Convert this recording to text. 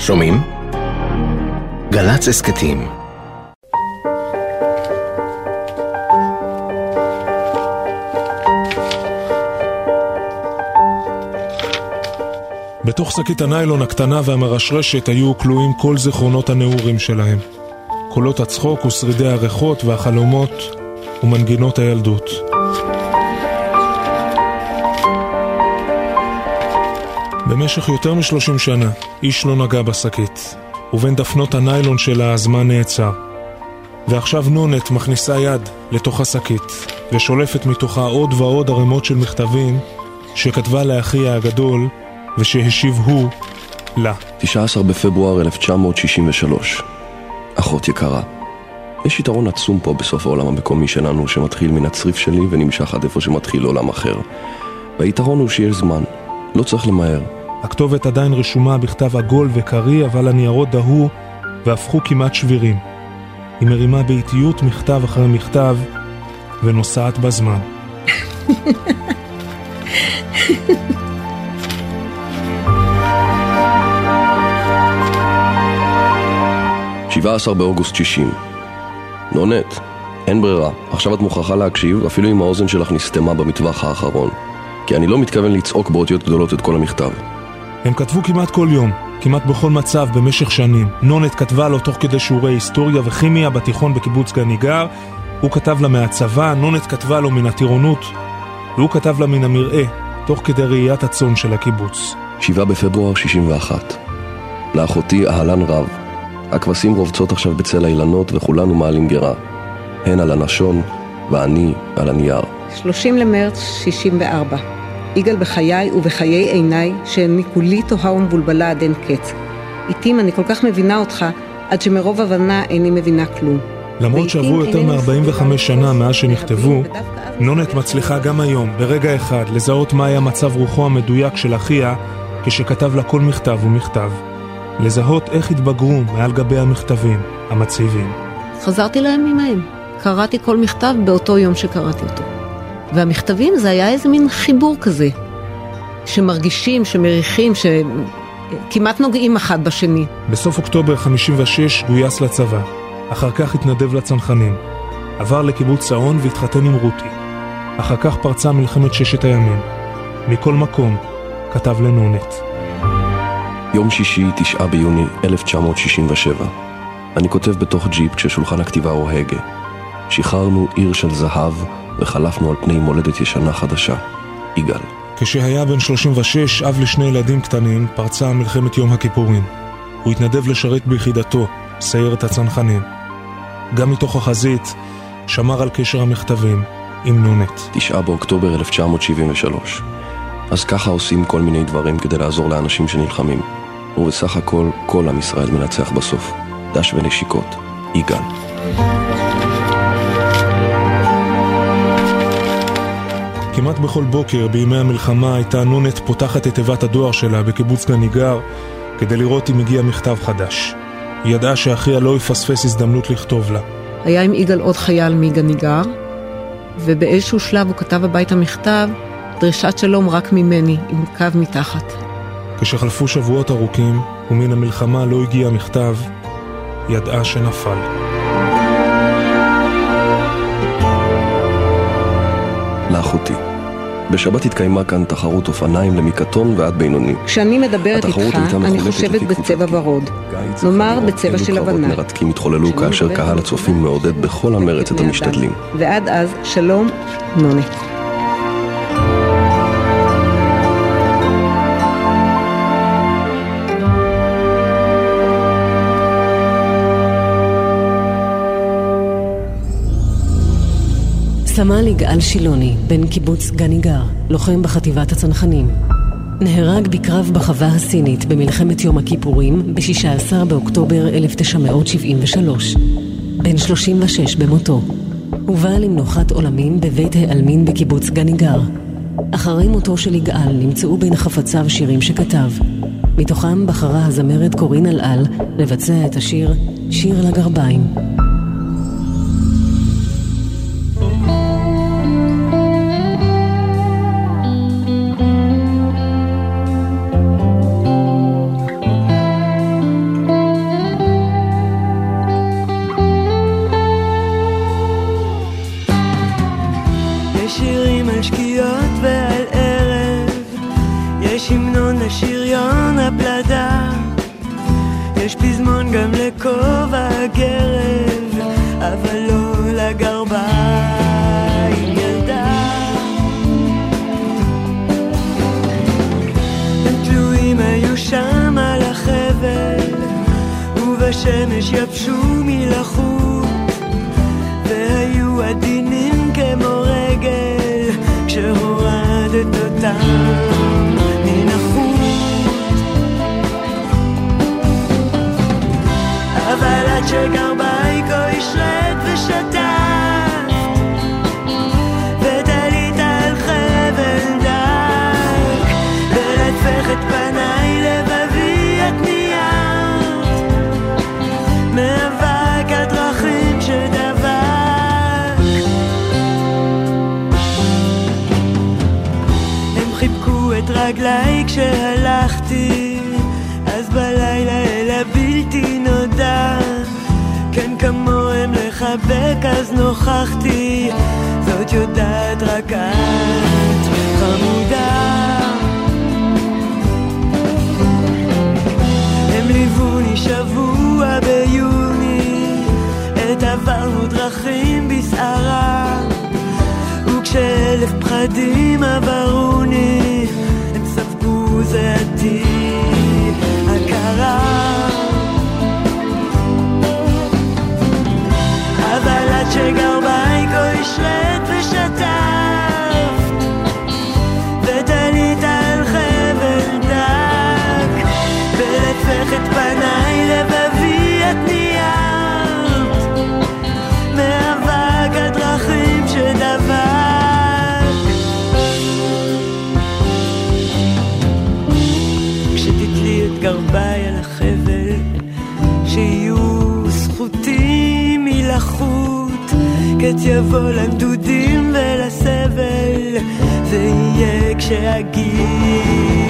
שומעים? גל"צ הסכתים. בתוך שקית הניילון הקטנה והמרשרשת היו כלואים כל זיכרונות הנעורים שלהם. קולות הצחוק ושרידי הריחות והחלומות ומנגינות הילדות. במשך יותר מ-30 שנה איש לא נגע בשקית, ובין דפנות הניילון שלה הזמן נעצר. ועכשיו נונת מכניסה יד לתוך השקית ושולפת מתוכה עוד ועוד ערימות של מכתבים שכתבה לאחיה הגדול ושהשיב הוא לה. 19 בפברואר 1963. אחות יקרה, יש יתרון עצום פה בסוף העולם המקומי שלנו שמתחיל מן הצריף שלי ונמשך עד איפה שמתחיל עולם אחר. והיתרון הוא שיש זמן, לא צריך למהר. הכתובת עדיין רשומה בכתב עגול וקרי, אבל הניירות דהו והפכו כמעט שבירים. היא מרימה באיטיות מכתב אחרי מכתב ונוסעת בזמן. 17 באוגוסט 60. נונת, אין ברירה, עכשיו את מוכרחה להקשיב אפילו אם האוזן שלך נסתמה במטווח האחרון, כי אני לא מתכוון לצעוק באותיות גדולות את כל המכתב. הם כתבו כמעט כל יום, כמעט בכל מצב במשך שנים. נונת כתבה לו תוך כדי שיעורי היסטוריה וכימיה בתיכון בקיבוץ גניגר, הוא כתב לה מהצבא, נונת כתבה לו מן הטירונות, והוא כתב לה מן המראה תוך כדי ראיית הצאן של הקיבוץ. 7 בפברואר 61. לאחותי אהלן רב, הכבשים רובצות עכשיו בצל האילנות וכולנו מעלים גרה, הן על הנשון ואני על הנייר. 30 למרץ 64. יגאל בחיי ובחיי עיניי שאני כולי תוהה ומבולבלה עד אין קץ. איתים אני כל כך מבינה אותך עד שמרוב הבנה איני מבינה כלום. למרות שעברו יותר מ-45 שנה מאז שנכתבו, נונת מצליחה גם היום ברגע אחד לזהות מה היה מצב רוחו המדויק של אחיה כשכתב לה כל מכתב ומכתב. לזהות איך התבגרו מעל גבי המכתבים המציבים. חזרתי להם ממהם. קראתי כל מכתב באותו יום שקראתי אותו. והמכתבים זה היה איזה מין חיבור כזה, שמרגישים, שמריחים, שכמעט נוגעים אחד בשני. בסוף אוקטובר 56 גויס לצבא. אחר כך התנדב לצנחנים. עבר לקיבוץ צאון והתחתן עם רותי. אחר כך פרצה מלחמת 6 הימים. מכל מקום כתב לנונת. יום שישי, 9 ביוני 1967. אני כותב בתוך ג'יפ כששולחן הכתיבה הוא הגה. שחררנו עיר של זהב וחלפנו על פני מולדת ישנה חדשה. יגאל. כשהיה בן 36, אב לשני ילדים קטנים, פרצה מלחמת יום הכיפורים. הוא התנדב לשרת ביחידתו, סיירת הצנחנים. גם מתוך החזית שמר על קשר המכתבים עם נונת. 9 באוקטובר 1973. אז ככה עושים כל מיני דברים כדי לעזור לאנשים שנלחמים. ובסך הכל, כל עם ישראל מנצח בסוף. דש ונשיקות. יגאל. כמעט בכל בוקר בימי המלחמה הייתה נונת פותחת את תיבת הדואר שלה בקיבוץ גניגר כדי לראות אם הגיע מכתב חדש. היא ידעה שאחיה לא יפספס הזדמנות לכתוב לה. היה עם יגאל עוד חייל מגניגר, ובאיזשהו שלב הוא כתב הביתה מכתב, דרישת שלום רק ממני, עם קו מתחת. כשחלפו שבועות ארוכים ומן המלחמה לא הגיע מכתב, ידעה שנפל. לאחותי. בשבת התקיימה כאן תחרות אופניים למיקטון ועד בינוני. כשאני מדברת איתך, אני חושבת בצבע ורוד. נאמר בצבע של הבנה. מרתקים התחוללו כאשר קהל הצופים מעודד בכל המרץ את המשתדלים. ועד אז, שלום, נונת. סמל יגאל שילוני, בן קיבוץ גניגר, לוחם בחטיבת הצנחנים. נהרג בקרב בחווה הסינית במלחמת יום הכיפורים ב-16 באוקטובר 1973. בן 36 במותו. הובא למנוחת עולמים בבית העלמין בקיבוץ גניגר. אחרי מותו של יגאל נמצאו בין חפציו שירים שכתב. מתוכם בחרה הזמרת קורין אלעל לבצע את השיר שיר לגרביים. יש פזמון גם לכובע הגרב, אבל לא לגרביים ילדה. הם תלויים היו שם על החבל, ובשמש יבשו מלחות, והיו עדינים כמו רגל כשהורדת אותם מן החוט. אבל עד שגרבייקו ישרת ושטף ותלית על חבל דק, ולטפח את פניי לבבי את ניית מאבק הדרכים שדבק. הם חיבקו את רגליי כשהלכתי אז בלילה אל הבלתי נודע, כן כמוהם לחבק אז נוכחתי, זאת יודעת רק את חמודה. הם ליווני שבוע ביוני, את עברנו דרכים בסערה, וכשאלף פחדים עברוני, הם ספגו זה עתיד הכרה. אבל עד שגרבייקו ישרת ושטף ותלית על חבל דק, ולטפח את פניי לבבי את ניית מאבק הדרכים שדבק. כשתתלי את גרביי על החבל, שיהיו זכותים מלחות, קץ יבוא לגדודים ולסבל, זה יהיה כשאגיע